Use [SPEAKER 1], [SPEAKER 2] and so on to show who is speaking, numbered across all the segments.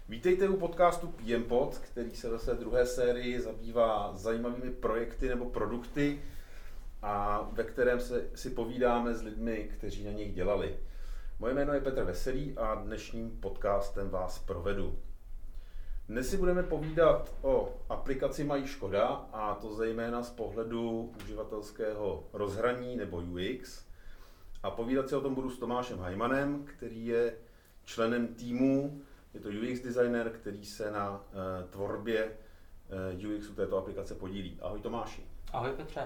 [SPEAKER 1] Vítejte u podcastu PM Pod, který se ve své druhé sérii zabývá zajímavými projekty nebo produkty a ve kterém si povídáme s lidmi, kteří na nich dělali. Moje jméno je Petr Veselý a dnešním podcastem vás provedu. Dnes si budeme povídat o aplikaci MyŠkoda, a to zejména z pohledu uživatelského rozhraní nebo UX. A povídat si o tom budu s Tomášem Hajmanem, který je členem týmu. Je to UX designer, který se na tvorbě UXu této aplikace podílí. Ahoj Tomáši.
[SPEAKER 2] Ahoj Petře.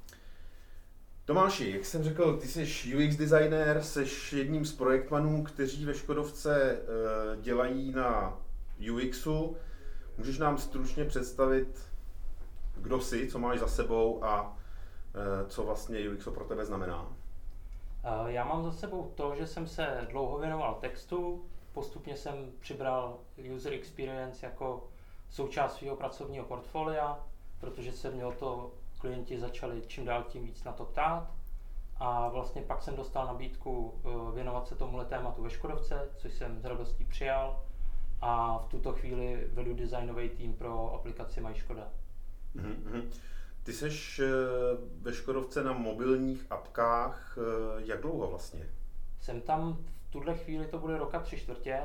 [SPEAKER 1] Tomáši, jak jsem řekl, ty jsi UX designer, jsi jedním z projektmanů, kteří ve Škodovce dělají na UXu. Můžeš nám stručně představit, kdo jsi, co máš za sebou a co vlastně UX pro tebe znamená?
[SPEAKER 2] Já mám za sebou to, že jsem se dlouho věnoval textu, postupně jsem přibral user experience jako součást svého pracovního portfolia, protože se mě o to klienti začali čím dál tím víc na to ptát. A vlastně pak jsem dostal nabídku věnovat se tomuhle tématu ve Škodovce, což jsem s radostí přijal. A v tuto chvíli vedu designový tým pro aplikaci MyŠkoda.
[SPEAKER 1] Ty seš ve Škodovce na mobilních apkách jak dlouho vlastně?
[SPEAKER 2] Jsem tam v tuhle chvíli, to bude roka 3/4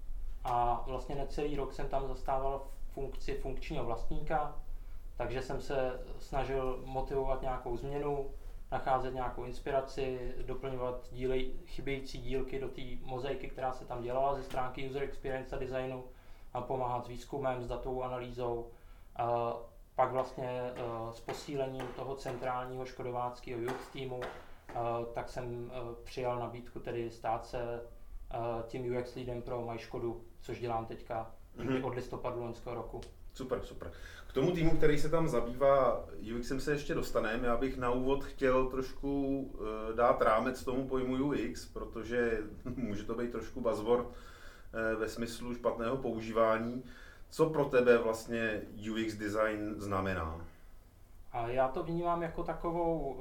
[SPEAKER 2] a vlastně necelý rok jsem tam zastával funkci funkčního vlastníka, takže jsem se snažil motivovat nějakou změnu, nacházet nějakou inspiraci, doplňovat chybějící dílky do té mozaiky, která se tam dělala ze stránky user experience a designu a pomáhat s výzkumem, s datovou analýzou. Pak vlastně s posílením toho centrálního škodováckého UX týmu, tak jsem přijal nabídku tedy stát se tím UX leadem pro MyŠkodu, což dělám teďka od listopadu loňského roku.
[SPEAKER 1] Super. K tomu týmu, který se tam zabývá UXem, se ještě dostaneme. Já bych na úvod chtěl trošku dát rámec tomu pojmu UX, protože může to být trošku buzzword ve smyslu špatného používání. Co pro tebe vlastně UX design znamená?
[SPEAKER 2] A já to vnímám jako takovou,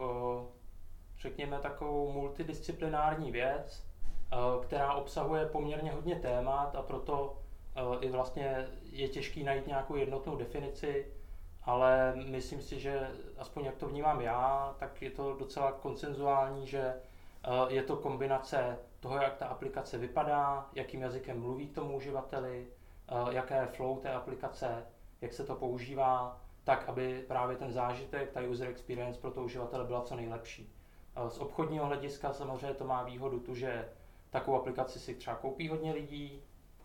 [SPEAKER 2] řekněme, takovou multidisciplinární věc, která obsahuje poměrně hodně témat a proto i vlastně je těžký najít nějakou jednotnou definici, ale myslím si, že aspoň jak to vnímám já, tak je to docela konsenzuální, že je to kombinace toho, jak ta aplikace vypadá, jakým jazykem mluví k tomu uživateli, jaké je flow té aplikace, jak se to používá, tak, aby právě ten zážitek, ta user experience pro toho uživatele byla co nejlepší. Z obchodního hlediska samozřejmě to má výhodu tu, že takovou aplikaci si třeba koupí hodně lidí,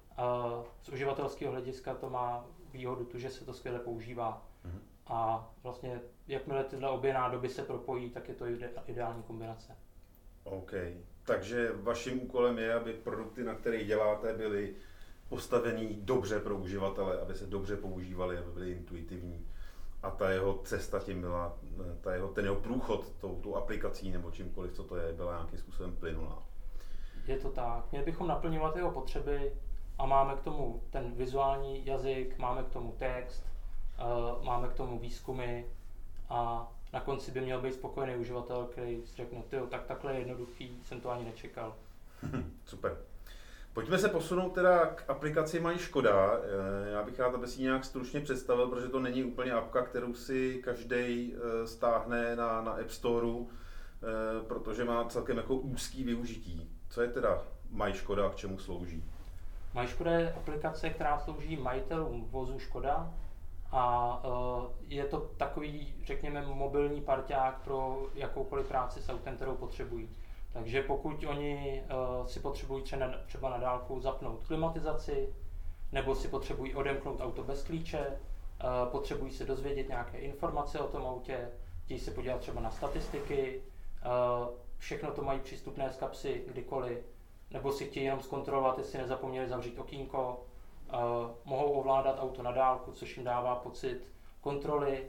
[SPEAKER 2] z uživatelského hlediska to má výhodu tu, že se to skvěle používá. A vlastně jakmile tyhle obě nádoby se propojí, tak je to ideální kombinace.
[SPEAKER 1] OK. Takže vaším úkolem je, aby produkty, na kterých děláte, byly postavený dobře pro uživatele, aby se dobře používali, aby byly intuitivní. A ta jeho cesta tím byla, ten jeho průchod tou aplikací nebo čímkoliv, co to je, byla nějakým způsobem plynulá.
[SPEAKER 2] Je to tak. Měli bychom naplňovat jeho potřeby a máme k tomu ten vizuální jazyk, máme k tomu text, máme k tomu výzkumy a na konci by měl být spokojený uživatel, který si řekne, tak takhle jednoduchý, jsem to ani nečekal.
[SPEAKER 1] Super. Pojďme se posunout teda k aplikaci MyŠkoda. Já bych rád, aby si ji nějak stručně představil, protože to není úplně apka, kterou si každý stáhne na App Storeu, protože má celkem jako úzký využití. Co je teda MyŠkoda a k čemu slouží?
[SPEAKER 2] MyŠkoda je aplikace, která slouží majitelům vozu Škoda a je to takový, řekněme, mobilní parťák pro jakoukoliv práci s autem, kterou potřebují. Takže pokud oni si potřebují třeba na dálku zapnout klimatizaci, nebo si potřebují odemknout auto bez klíče, potřebují se dozvědět nějaké informace o tom autě, chtějí se podívat třeba na statistiky, všechno to mají přístupné z kapsy kdykoliv, nebo si chtějí jenom zkontrolovat, jestli nezapomněli zavřít okýnko, mohou ovládat auto na dálku, což jim dává pocit kontroly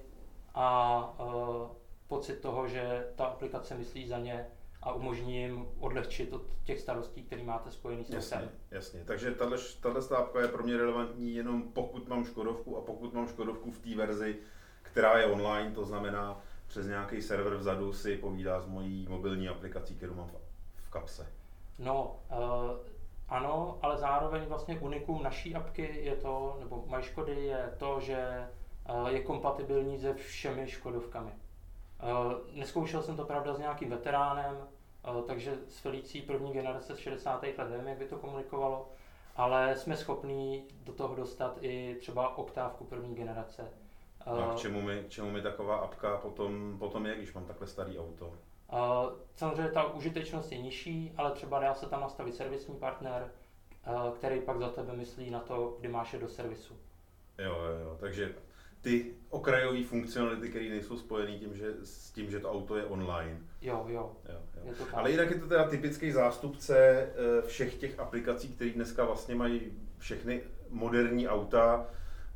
[SPEAKER 2] a pocit toho, že ta aplikace myslí za ně a umožní jim odlehčit od těch starostí, které máte spojený s autem.
[SPEAKER 1] Jasně. Takže tahle stávka je pro mě relevantní jenom pokud mám Škodovku a pokud mám Škodovku v té verzi, která je online, to znamená přes nějaký server vzadu si povídá s mojí mobilní aplikací, kterou mám v kapse.
[SPEAKER 2] No, Ano, ale zároveň vlastně unikum naší apky je to, nebo MyŠkody je to, že je kompatibilní se všemi Škodovkami. Neskoušel jsem to pravda s nějakým veteránem, takže s Felicí první generace z 60. let nevím, jak by to komunikovalo, ale jsme schopní do toho dostat i třeba oktávku první generace.
[SPEAKER 1] A k čemu mi taková apka potom je, když mám takhle starý auto?
[SPEAKER 2] Samozřejmě ta užitečnost je nižší, ale třeba dá se tam nastavit servisní partner, který pak za tebe myslí na to, kdy máš je do servisu.
[SPEAKER 1] Jo, takže ty okrajové funkcionality, které nejsou spojené s tím, že to auto je online.
[SPEAKER 2] Jo. Je to tak.
[SPEAKER 1] Ale jinak je to teda typický zástupce všech těch aplikací, které dneska vlastně mají všechny moderní auta.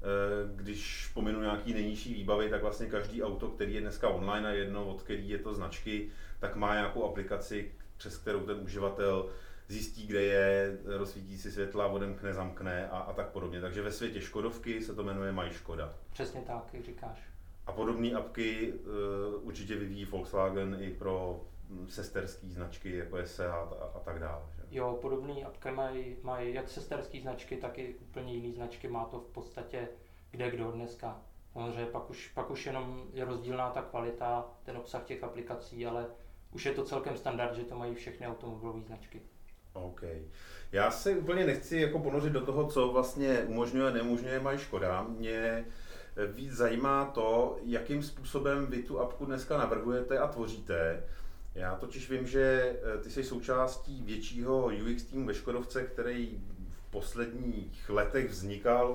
[SPEAKER 1] Když pominu nějaký nejnižší výbavy, tak vlastně každý auto, který je dneska online a jedno od který je to značky, tak má nějakou aplikaci, přes kterou ten uživatel zjistí, kde je, rozsvítí si světla, odemkne, zamkne a tak podobně. Takže ve světě Škodovky se to jmenuje MyŠkoda.
[SPEAKER 2] Přesně tak, jak říkáš.
[SPEAKER 1] A podobné apky určitě vyvíjí Volkswagen i pro sesterský značky, jako je Seat a tak dále. Že?
[SPEAKER 2] Jo, podobné apky mají jak sesterské značky, tak i úplně jiné značky. Má to v podstatě kde kdo dneska. Samozřejmě pak už jenom je rozdílná ta kvalita, ten obsah těch aplikací, ale už je to celkem standard, že to mají všechny automobilové značky.
[SPEAKER 1] OK. Já se úplně nechci jako ponořit do toho, co vlastně umožňuje a neumožňuje MyŠkoda. Mě víc zajímá to, jakým způsobem vy tu apku dneska navrhujete a tvoříte. Já totiž vím, že ty jsi součástí většího UX týmu ve Škodovce, který v posledních letech vznikal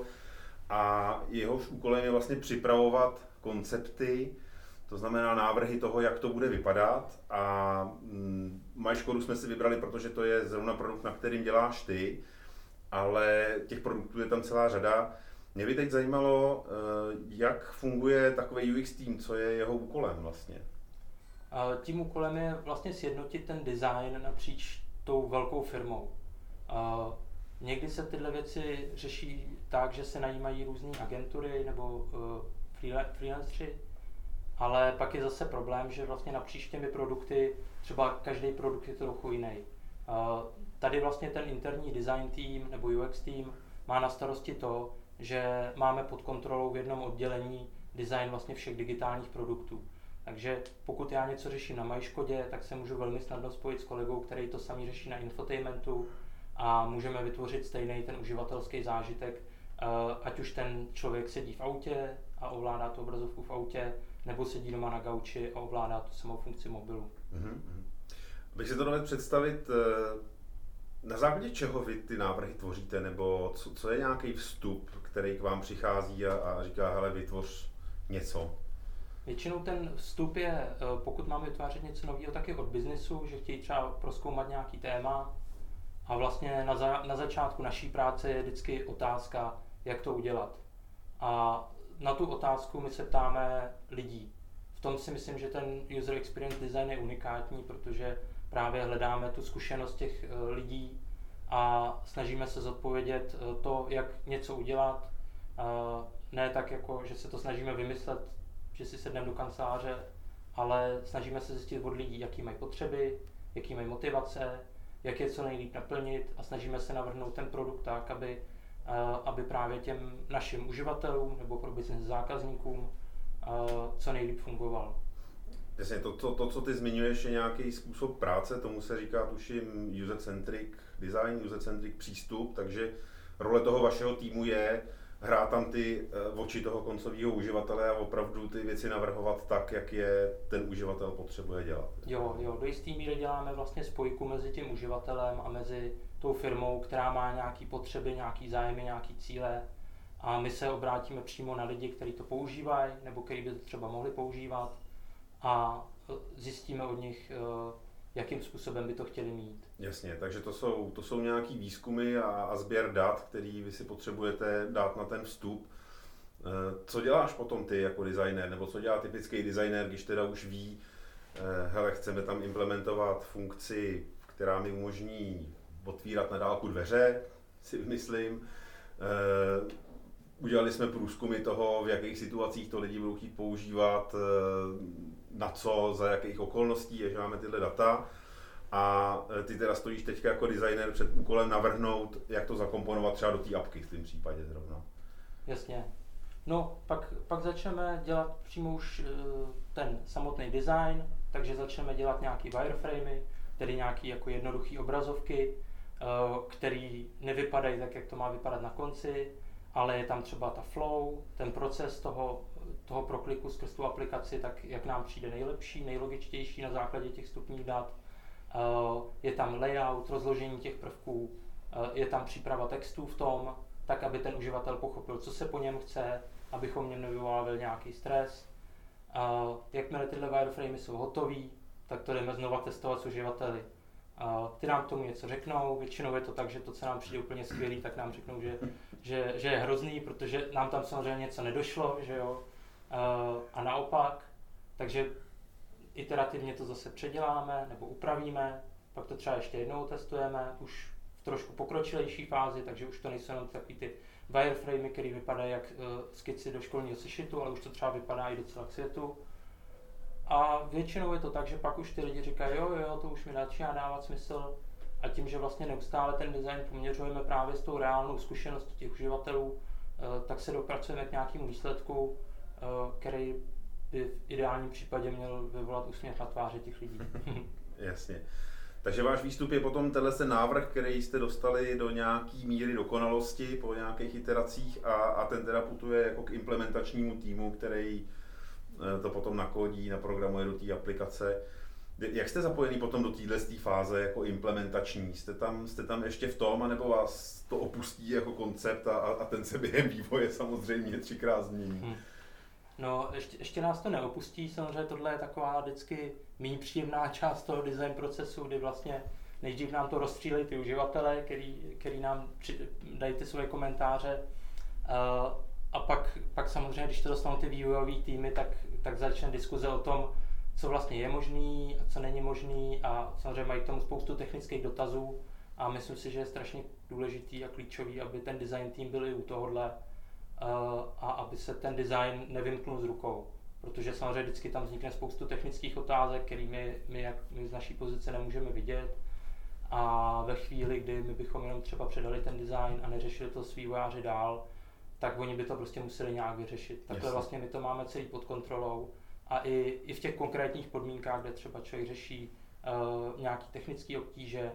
[SPEAKER 1] a jehož úkolem je vlastně připravovat koncepty, to znamená návrhy toho, jak to bude vypadat. A MyŠkodu jsme si vybrali, protože to je zrovna produkt, na kterým děláš ty, ale těch produktů je tam celá řada. Mě by teď zajímalo, jak funguje takový UX tým, co je jeho úkolem vlastně.
[SPEAKER 2] Tím úkolem je vlastně sjednotit ten design napříč tou velkou firmou. Někdy se tyhle věci řeší tak, že se najímají různé agentury nebo freelanceri, ale pak je zase problém, že vlastně napříč těmi produkty, třeba každý produkt je trochu jiný. Tady vlastně ten interní design tým nebo UX tým má na starosti to, že máme pod kontrolou v jednom oddělení design vlastně všech digitálních produktů. Takže pokud já něco řeším na MyŠkodě, tak se můžu velmi snadno spojit s kolegou, který to samý řeší na infotainmentu a můžeme vytvořit stejný ten uživatelský zážitek, ať už ten člověk sedí v autě a ovládá tu obrazovku v autě, nebo sedí doma na gauči a ovládá tu samou funkci mobilu.
[SPEAKER 1] Abych si to dovedl představit, na základě čeho vy ty návrhy tvoříte, nebo co je nějaký vstup, který k vám přichází a říká, hele, vytvoř něco?
[SPEAKER 2] Většinou ten vstup je, pokud máme vytvářet něco nového, tak je od biznesu, že chtějí třeba prozkoumat nějaký téma a vlastně na začátku naší práce je vždycky otázka, jak to udělat. A na tu otázku my se ptáme lidí. V tom si myslím, že ten user experience design je unikátní, protože právě hledáme tu zkušenost těch lidí a snažíme se zodpovědět to, jak něco udělat. Ne tak, jako, že se to snažíme vymyslet, že si sedneme do kanceláře, ale snažíme se zjistit od lidí, jaký mají potřeby, jaký mají motivace, jak je co nejlíp naplnit a snažíme se navrhnout ten produkt tak, aby právě těm našim uživatelům nebo pro business zákazníkům co nejlíp fungoval.
[SPEAKER 1] Jasně, to, co ty zmiňuješ, je nějaký způsob práce, tomu se říká tuším user-centric design, user-centric přístup, takže role toho vašeho týmu je hrát tam ty oči toho koncového uživatele a opravdu ty věci navrhovat tak, jak je ten uživatel potřebuje dělat.
[SPEAKER 2] Jo, do jistý míry děláme vlastně spojku mezi tím uživatelem a mezi tou firmou, která má nějaké potřeby, nějaké zájmy, nějaké cíle a my se obrátíme přímo na lidi, kteří to používají nebo kteří by to třeba mohli používat a zjistíme od nich, jakým způsobem by to chtěli mít.
[SPEAKER 1] Jasně, takže to jsou nějaký výzkumy a sběr dat, který vy si potřebujete dát na ten vstup. Co děláš potom ty jako designer, nebo co dělá typický designer, když teda už ví, hele, chceme tam implementovat funkci, která mi umožní otvírat na dálku dveře, si myslím. Udělali jsme průzkumy toho, v jakých situacích to lidi budou chtít používat, na co, za jakých okolností, že máme tyhle data. a ty teda stojíš teďka jako designer před úkolem navrhnout, jak to zakomponovat třeba do té apky v tom případě zrovna.
[SPEAKER 2] Jasně. No, pak začneme dělat přímo už ten samotný design, takže začneme dělat nějaký wireframey, tedy nějaký jako jednoduché obrazovky, který nevypadají tak, jak to má vypadat na konci, ale je tam třeba ta flow, ten proces toho prokliku skrz tu aplikaci, tak jak nám přijde nejlepší, nejlogičtější na základě těch vstupních dat. Je tam layout, rozložení těch prvků, je tam příprava textů v tom, tak aby ten uživatel pochopil, co se po něm chce, abychom něm nevyvolávali nějaký stres. Jakmile tyhle wireframey jsou hotový, tak to jdeme znova testovat s uživateli. Ty nám k tomu něco řeknou, většinou je to tak, že to, co nám přijde úplně skvělý, tak nám řeknou, že je hrozný, protože nám tam samozřejmě něco nedošlo, že jo, a naopak, takže iterativně to zase předěláme nebo upravíme, pak to třeba ještě jednou testujeme, už v trošku pokročilejší fázi, takže už to nejsou jenom takový ty wireframey, který vypadají jak skici do školního sešitu, ale už to třeba vypadá i docela k světu. A většinou je to tak, že pak už ty lidi říkají, jo, to už mi začíná dávat smysl. A tím, že vlastně neustále ten design poměřujeme právě s tou reálnou zkušeností těch uživatelů, tak se dopracujeme k nějakému výsledku, který by v ideálním případě měl vyvolat úsměv na tváři těch lidí.
[SPEAKER 1] Jasně. Takže váš výstup je potom tenhle návrh, který jste dostali do nějaký míry dokonalosti po nějakých iteracích a ten teda putuje jako k implementačnímu týmu, který to potom nakodí, naprogramuje do té aplikace. Jak jste zapojení potom do téhle fáze jako implementační? Jste tam ještě v tom, anebo vás to opustí jako koncept a ten se během vývoje samozřejmě 3krát změní?
[SPEAKER 2] No, ještě nás to neopustí, samozřejmě tohle je taková vždycky méně příjemná část toho design procesu, kdy vlastně nejdřív nám to rozstřílejí ty uživatelé, který nám dají ty svoje komentáře, a pak samozřejmě, když to dostanou ty vývojové týmy, tak začne diskuze o tom, co vlastně je možný a co není možný, a samozřejmě mají k tomu spoustu technických dotazů a myslím si, že je strašně důležitý a klíčový, aby ten design tým byl i u tohohle, a aby se ten design nevymknul z rukou, protože samozřejmě vždycky tam vznikne spoustu technických otázek, které my z naší pozice nemůžeme vidět, a ve chvíli, kdy my bychom jenom třeba předali ten design a neřešili to s vývojáři dál, tak oni by to prostě museli nějak vyřešit. Takhle vlastně my to máme celý pod kontrolou a i v těch konkrétních podmínkách, kde třeba člověk řeší nějaký technické obtíže,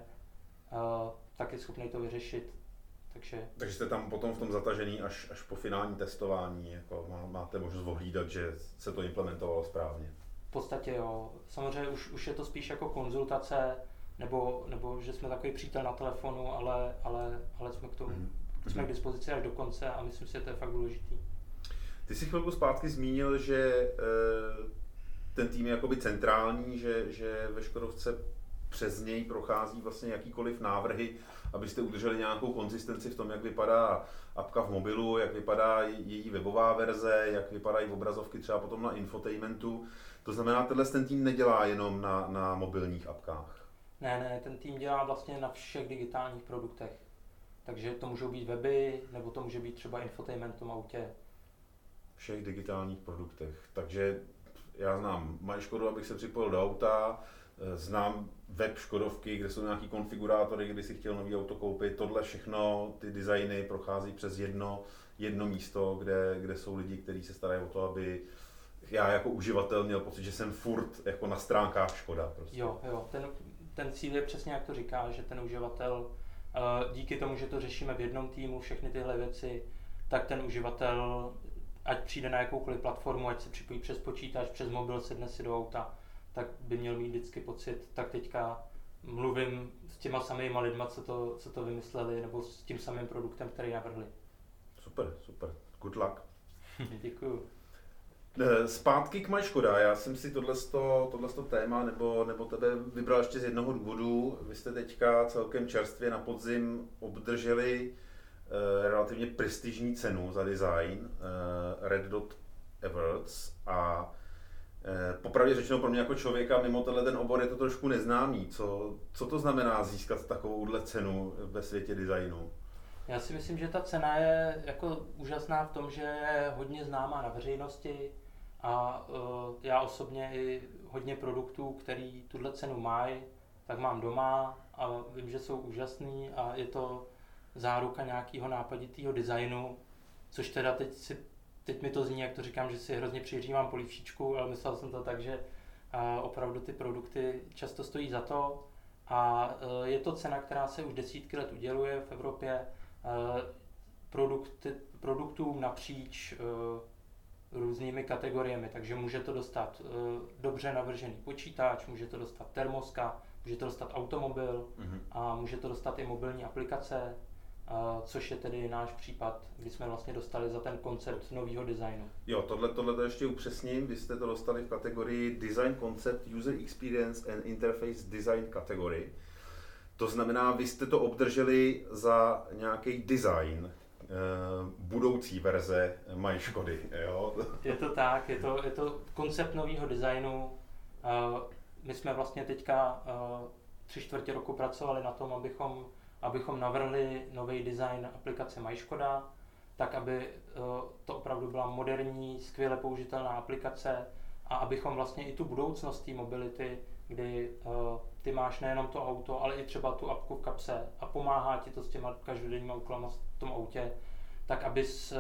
[SPEAKER 2] tak je schopný to vyřešit. Takže
[SPEAKER 1] jste tam potom v tom zatažený až po finální testování, jako máte možnost ohlídat, že se to implementovalo správně.
[SPEAKER 2] V podstatě jo. Samozřejmě už je to spíš jako konzultace, nebo že jsme takový přítel na telefonu, ale jsme k tomu jsme k dispozici až do konce a myslím si, že to je fakt důležitý.
[SPEAKER 1] Ty jsi chvilku zpátky zmínil, že ten tým je jakoby centrální, že ve Škodovce přes něj prochází vlastně jakýkoliv návrhy, abyste udrželi nějakou konzistenci v tom, jak vypadá apka v mobilu, jak vypadá její webová verze, jak vypadají obrazovky třeba potom na infotainmentu. To znamená, ten tým nedělá jenom na mobilních apkách.
[SPEAKER 2] Ne, ten tým dělá vlastně na všech digitálních produktech. Takže to můžou být weby, nebo to může být třeba infotainment v tom autě.
[SPEAKER 1] Všech digitálních produktech. Takže já znám MyŠkodu, abych se připojil do auta, znám web Škodovky, kde jsou nějaký konfigurátory, kdyby si chtěl nový auto koupit. Tohle všechno, ty designy prochází přes jedno místo, kde jsou lidi, kteří se starají o to, aby já jako uživatel měl pocit, že jsem furt jako na stránkách Škoda. Prostě.
[SPEAKER 2] Jo, ten cíl je přesně jak to říká, že ten uživatel, díky tomu, že to řešíme v jednom týmu, všechny tyhle věci, tak ten uživatel, ať přijde na jakoukoliv platformu, ať se připojí přes počítač, přes mobil, sedne si do auta, tak by měl mít vždycky pocit, tak teďka mluvím s těma samýma lidma, co to vymysleli, nebo s tím samým produktem, který navrhli.
[SPEAKER 1] Super. Good luck.
[SPEAKER 2] Děkuju.
[SPEAKER 1] Zpátky k MyŠkoda. Já jsem si tohleto téma nebo tebe vybral ještě z jednoho důvodu. Vy jste teďka celkem čerstvě na podzim obdrželi relativně prestižní cenu za design Red Dot Awards a popravdě řečeno pro mě jako člověka mimo ten obor je to trošku neznámý. Co to znamená získat takovouhle cenu ve světě designu?
[SPEAKER 2] Já si myslím, že ta cena je jako úžasná v tom, že je hodně známá na veřejnosti a já osobně i hodně produktů, který tuhle cenu mají, tak mám doma a vím, že jsou úžasný a je to záruka nějakého nápaditého designu, což teda teď mi to zní, jak to říkám, že si hrozně přihřívám polívčičku, ale myslel jsem to tak, že opravdu ty produkty často stojí za to a je to cena, která se už desítky let uděluje v Evropě produktům napříč různými kategoriemi, takže může to dostat dobře navržený počítač, může to dostat termoska, může to dostat automobil a může to dostat i mobilní aplikace, což je tedy náš případ, kdy jsme vlastně dostali za ten koncept nového designu.
[SPEAKER 1] Jo, tohle to ještě upřesním, vy jste to dostali v kategorii Design Concept, User Experience and Interface Design kategorii. To znamená, vy jste to obdrželi za nějaký design budoucí verze MyŠkody, jo?
[SPEAKER 2] Je to tak, je to koncept nového designu. My jsme vlastně teďka 3/4 roku pracovali na tom, abychom navrhli nový design aplikace MyŠkoda, tak aby to opravdu byla moderní, skvěle použitelná aplikace a abychom vlastně i tu budoucnost té mobility, kdy ty máš nejenom to auto, ale i třeba tu apku v kapse a pomáhá ti to s těma každodenníma úkolama v tom autě, tak abys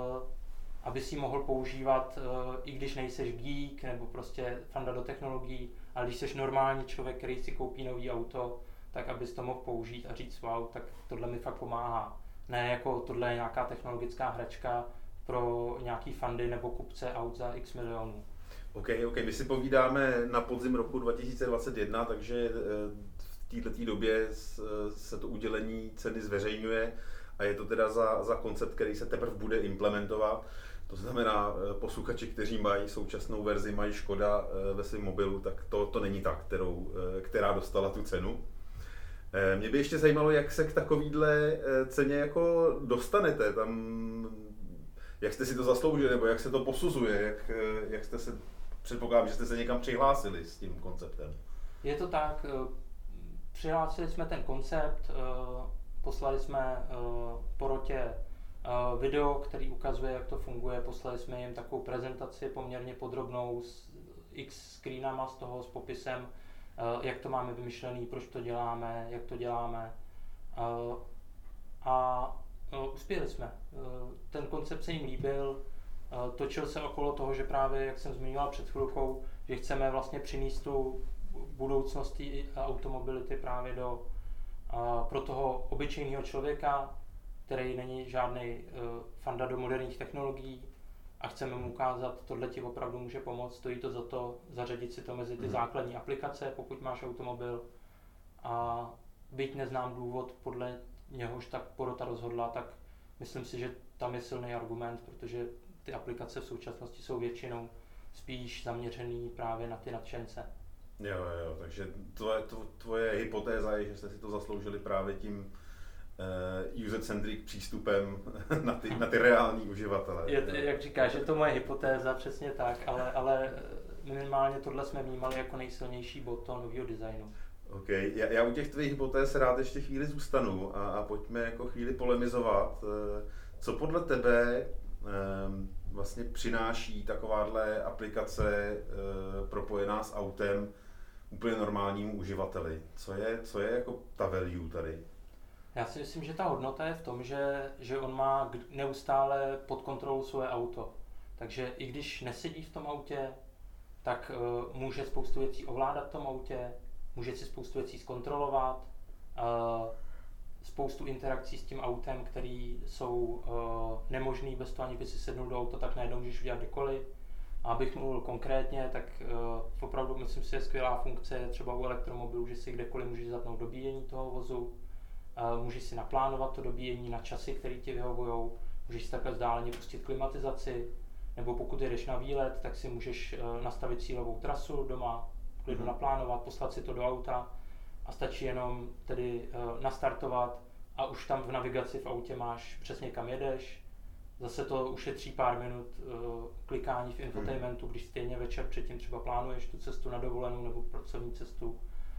[SPEAKER 2] ji mohl používat, i když nejseš geek nebo prostě fanda do technologií, ale když jsi normální člověk, který si koupí nový auto, tak abys to mohl použít a říct wow, tak tohle mi fakt pomáhá. Ne jako tohle je nějaká technologická hračka pro nějaký fundy nebo kupce aut za x milionů.
[SPEAKER 1] OK, my si povídáme na podzim roku 2021, takže v této době se to udělení ceny zveřejňuje a je to teda za koncept, který se teprve bude implementovat. To znamená, posluchači, kteří mají současnou verzi, mají Škoda ve svém mobilu, tak to není ta, která dostala tu cenu. Mě by ještě zajímalo, jak se k takovýhle ceně jako dostanete. Jak jste si to zasloužili, nebo jak se to posuzuje, jak jste se, předpokládám, že jste se někam přihlásili s tím konceptem.
[SPEAKER 2] Je to tak, přihlásili jsme ten koncept, poslali jsme porotě video, který ukazuje, jak to funguje, poslali jsme jim takovou prezentaci poměrně podrobnou s x screenama z toho, s popisem, jak to máme vymyšlený, proč to děláme, jak to děláme a uspěli jsme. Ten koncept se jim líbil, točil se okolo toho, že právě, jak jsem zmiňoval před chvilkou, že chceme vlastně přinést tu budoucnost automobility právě pro toho obyčejného člověka, který není žádný fanda do moderních technologií a chceme mu ukázat, tohle ti opravdu může pomoct, stojí to za to, zařadit si to mezi ty základní aplikace, pokud máš automobil a byť neznám důvod, podle něhož tak porota rozhodla, tak myslím si, že tam je silný argument, protože ty aplikace v současnosti jsou většinou spíš zaměřený právě na ty nadšence.
[SPEAKER 1] Jo, takže tvoje hypotéza je, že jste si to zasloužili právě tím user-centric přístupem na ty reální uživatele.
[SPEAKER 2] Jak říkáš, je to moje hypotéza, přesně tak, ale minimálně tohle jsme vnímali jako nejsilnější bod toho nového designu.
[SPEAKER 1] OK, já u těch tvých hypotéz rád ještě chvíli zůstanu a pojďme jako chvíli polemizovat. Co podle tebe vlastně přináší takováhle aplikace propojená s autem úplně normálnímu uživateli? Co je jako ta value tady?
[SPEAKER 2] Já si myslím, že ta hodnota je v tom, že on má neustále pod kontrolou svoje auto. Takže i když nesedí v tom autě, tak může spoustu věcí ovládat v tom autě, může si spoustu věcí zkontrolovat, spoustu interakcí s tím autem, které jsou nemožné bez toho, ani když si sednul do auta, tak najednou můžeš udělat kdykoliv. A abych mluvil konkrétně, tak opravdu myslím si, je skvělá funkce třeba u elektromobilů, že si kdekoliv můžeš zapnout dobíjení toho vozu, můžeš si naplánovat to dobíjení na časy, které ti vyhovujou, můžeš si takhle vzdáleně pustit klimatizaci, nebo pokud jedeš na výlet, tak si můžeš nastavit cílovou trasu doma, klidu naplánovat, poslat si to do auta a stačí jenom tedy nastartovat a už tam v navigaci v autě máš přesně kam jedeš. Zase to ušetří pár minut klikání v infotainmentu, když stejně večer předtím třeba plánuješ tu cestu na dovolenou nebo pracovní cestu.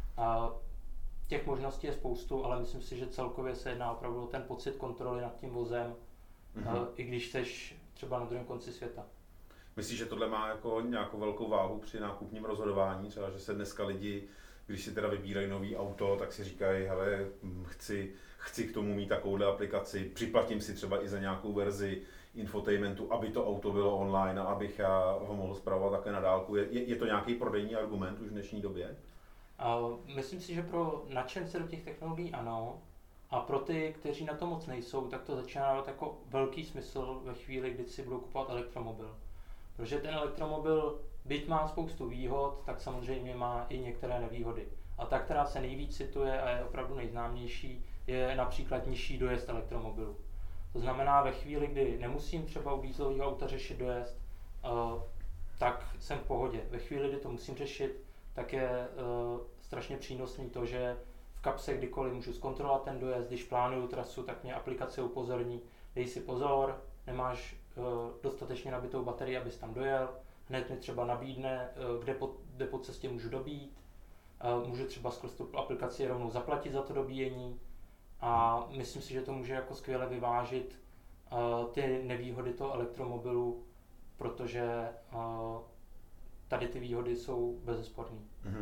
[SPEAKER 2] Těch možností je spoustu, ale myslím si, že celkově se jedná opravdu o ten pocit kontroly nad tím vozem, i když jsi třeba na druhém konci světa.
[SPEAKER 1] Myslíš, že tohle má jako nějakou velkou váhu při nákupním rozhodování, třeba že se dneska lidi když si teda vybírají nový auto, tak si říkají, hele, chci k tomu mít takovouhle aplikaci, připlatím si třeba i za nějakou verzi infotainmentu, aby to auto bylo online a abych já ho mohl spravovat také na dálku. Je to nějaký prodejní argument už v dnešní době?
[SPEAKER 2] Myslím si, že pro nadšence do těch technologií ano. A pro ty, kteří na to moc nejsou, tak to začíná dávat jako velký smysl ve chvíli, kdy si budou kupovat elektromobil. Protože ten elektromobil, byť má spoustu výhod, tak samozřejmě má i některé nevýhody. A ta, která se nejvíc cituje a je opravdu nejznámější, je například nižší dojezd elektromobilu. To znamená, ve chvíli, kdy nemusím třeba u dieselového auta řešit dojezd, tak jsem v pohodě. Ve chvíli, kdy to musím řešit, tak je strašně přínosný to, že v kapse kdykoliv můžu zkontrolovat ten dojezd, když plánuju trasu, tak mě aplikace upozorní, dej si pozor, nemáš dostatečně nabitou baterii, abys tam dojel, hned mi třeba nabídne, kde po cestě můžu dobít, můžu třeba skrz tu aplikaci rovnou zaplatit za to dobíjení a myslím si, že to může jako skvěle vyvážit ty nevýhody toho elektromobilu, protože tady ty výhody jsou bezesporné.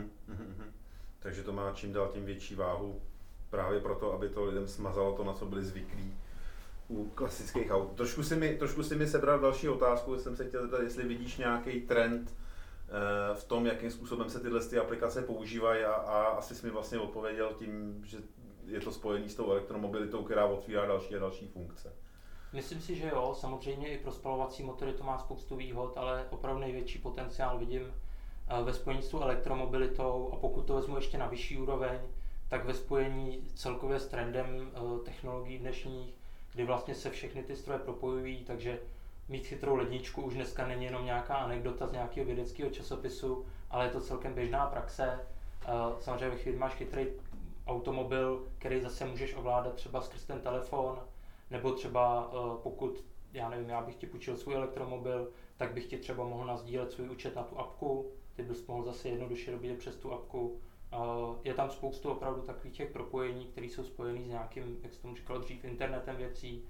[SPEAKER 1] Takže to má čím dál tím větší váhu právě proto, aby to lidem smazalo to, na co byli zvyklí u klasických aut. Trošku si mi sebral další otázku, jsem se chtěl zeptat, jestli vidíš nějaký trend v tom, jakým způsobem se tyhle aplikace používají a asi jsi mi vlastně odpověděl tím, že je to spojený s tou elektromobilitou, která otvírá další a další funkce.
[SPEAKER 2] Myslím si, že jo, samozřejmě i pro spalovací motory to má spoustu výhod, ale opravdu největší potenciál vidím ve spojení s tou elektromobilitou a pokud to vezmu ještě na vyšší úroveň, tak ve spojení celkově s trendem technologií dnešních, kdy vlastně se všechny ty stroje propojují, takže mít chytrou ledničku už dneska není jenom nějaká anekdota z nějakého vědeckého časopisu, ale je to celkem běžná praxe. Samozřejmě ve chvíli máš chytrý automobil, který zase můžeš ovládat třeba skrz ten telefon, nebo třeba pokud, já nevím, já bych ti půjčil svůj elektromobil, tak bych ti třeba mohl nasdílet svůj účet na tu apku, ty bys mohl zase jednoduše dobít přes tu apku. Je tam spoustu opravdu takových těch propojení, které jsou spojené s nějakým, jak jsi tomu říkal dřív, internetem věcí.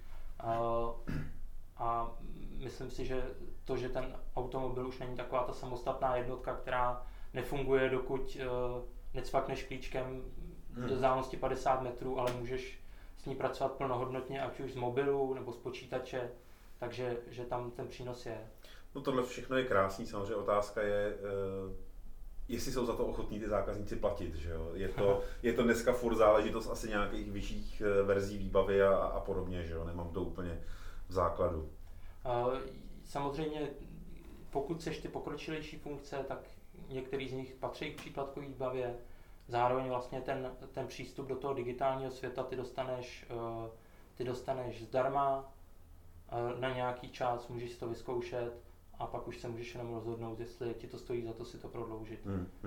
[SPEAKER 2] A myslím si, že to, že ten automobil už není taková ta samostatná jednotka, která nefunguje, dokud necvakneš klíčkem do vzdálenosti 50 metrů, ale můžeš s ní pracovat plnohodnotně, ať už z mobilu nebo z počítače, takže že tam ten přínos je.
[SPEAKER 1] No tohle všechno je krásný, samozřejmě otázka je, jestli jsou za to ochotní ty zákazníci platit, že jo? Je to dneska furt záležitost asi nějakých vyšších verzí výbavy a podobně, že jo? Nemám to úplně v základu.
[SPEAKER 2] Samozřejmě, pokud chceš ty pokročilejší funkce, tak některý z nich patří k příplatkové výbavě. Zároveň vlastně ten přístup do toho digitálního světa ty dostaneš zdarma na nějaký čas, můžeš to vyzkoušet a pak už se můžeš jenom rozhodnout, jestli ti to stojí za to si to prodloužit.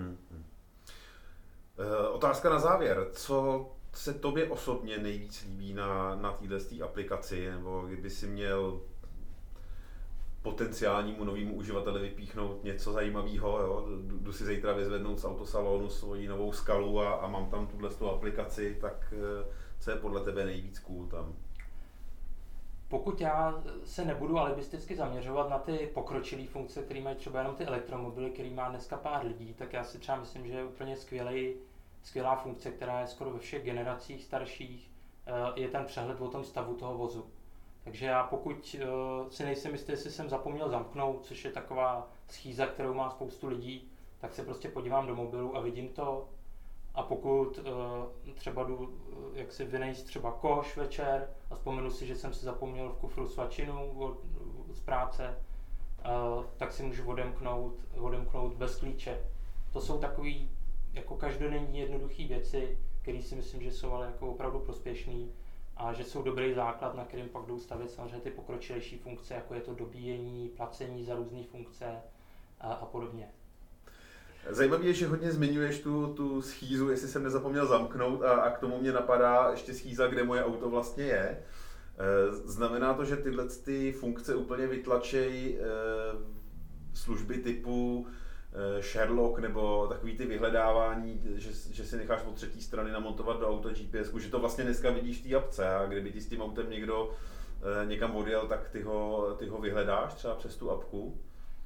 [SPEAKER 1] Otázka na závěr. Co se tobě osobně nejvíc líbí na této aplikaci, nebo kdyby si měl potenciálnímu novému uživateli vypíchnout něco zajímavého, jo? Jdu si zítra vyzvednout z autosalonu svoji novou Skalu a mám tam tuhle aplikaci, tak co je podle tebe nejvíc cool tam?
[SPEAKER 2] Pokud já se nebudu alibisticky zaměřovat na ty pokročilé funkce, které mají třeba jenom ty elektromobily, který má dneska pár lidí, tak já si třeba myslím, že je úplně skvělá funkce, která je skoro ve všech generacích starších, je ten přehled o tom stavu toho vozu. Takže já pokud si nejsem jistý, jestli jsem zapomněl zamknout, což je taková schýza, kterou má spoustu lidí, tak se prostě podívám do mobilu a vidím to. A pokud třeba jdu jaksi vynést třeba koš večer a vzpomenu si, že jsem si zapomněl v kufru svačinu z práce, tak si můžu odemknout bez klíče. To jsou takové jako každodenní jednoduché věci, které si myslím, že jsou ale jako opravdu prospěšné a že jsou dobrý základ, na kterým pak jdou stavět samozřejmě ty pokročilejší funkce, jako je to dobíjení, placení za různé funkce a podobně.
[SPEAKER 1] Zajímavé je, že hodně zmiňuješ tu schýzu, jestli jsem nezapomněl zamknout a k tomu mě napadá ještě schýza, kde moje auto vlastně je. Znamená to, že tyhle funkce úplně vytlačejí služby typu Sherlock nebo takový ty vyhledávání, že si necháš od třetí strany namontovat do auta GPS, že to vlastně dneska vidíš v té apce a kdyby ti s tím autem někdo někam odjel, tak ty ho vyhledáš třeba přes tu apku?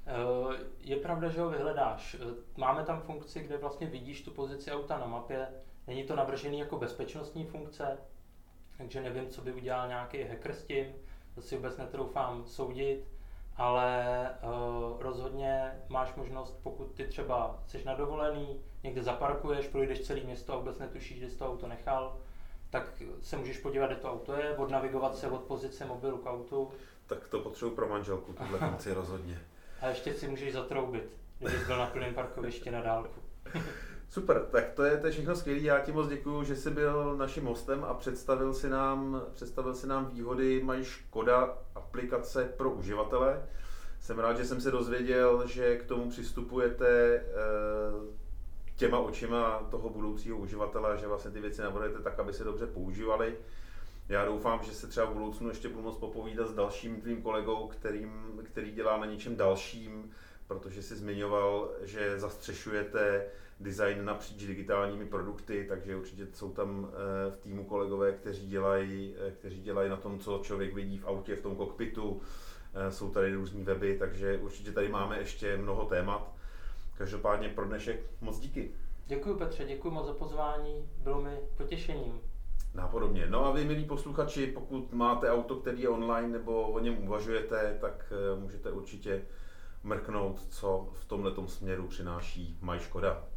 [SPEAKER 2] Je pravda, že ho vyhledáš. Máme tam funkci, kde vlastně vidíš tu pozici auta na mapě. Není to navržený jako bezpečnostní funkce, takže nevím, co by udělal nějaký hacker s tím. To si vůbec netroufám soudit, ale rozhodně máš možnost, pokud ty třeba jsi na dovolený, někde zaparkuješ, projdeš celé město a vůbec netušíš, kde jsi to auto nechal, tak se můžeš podívat, kde to auto je, odnavigovat se od pozice mobilu k autu.
[SPEAKER 1] Tak to potřebuji pro manželku, tuhle funkci rozhodně.
[SPEAKER 2] A ještě si můžeš zatroubit, kdybys byl na plném parkovišti na dálku.
[SPEAKER 1] Super, tak to je všechno skvělé. Já ti moc děkuju, že jsi byl naším hostem a představil si nám výhody mají Škoda aplikace pro uživatele. Jsem rád, že jsem se dozvěděl, že k tomu přistupujete těma očima toho budoucího uživatele, že vlastně ty věci navrhujete tak, aby se dobře používaly. Já doufám, že se třeba v budoucnu ještě budu moct popovídat s dalším tvým kolegou, který dělá na něčem dalším, protože jsi zmiňoval, že zastřešujete design napříč digitálními produkty, takže určitě jsou tam v týmu kolegové, kteří dělají na tom, co člověk vidí v autě, v tom kokpitu. Jsou tady různý weby, takže určitě tady máme ještě mnoho témat. Každopádně pro dnešek moc díky.
[SPEAKER 2] Děkuji Petře, děkuji moc za pozvání, bylo mi potěšením.
[SPEAKER 1] Nápodobně. No a vy, milí posluchači, pokud máte auto, který je online nebo o něm uvažujete, tak můžete určitě mrknout, co v tomhletom směru přináší Škoda.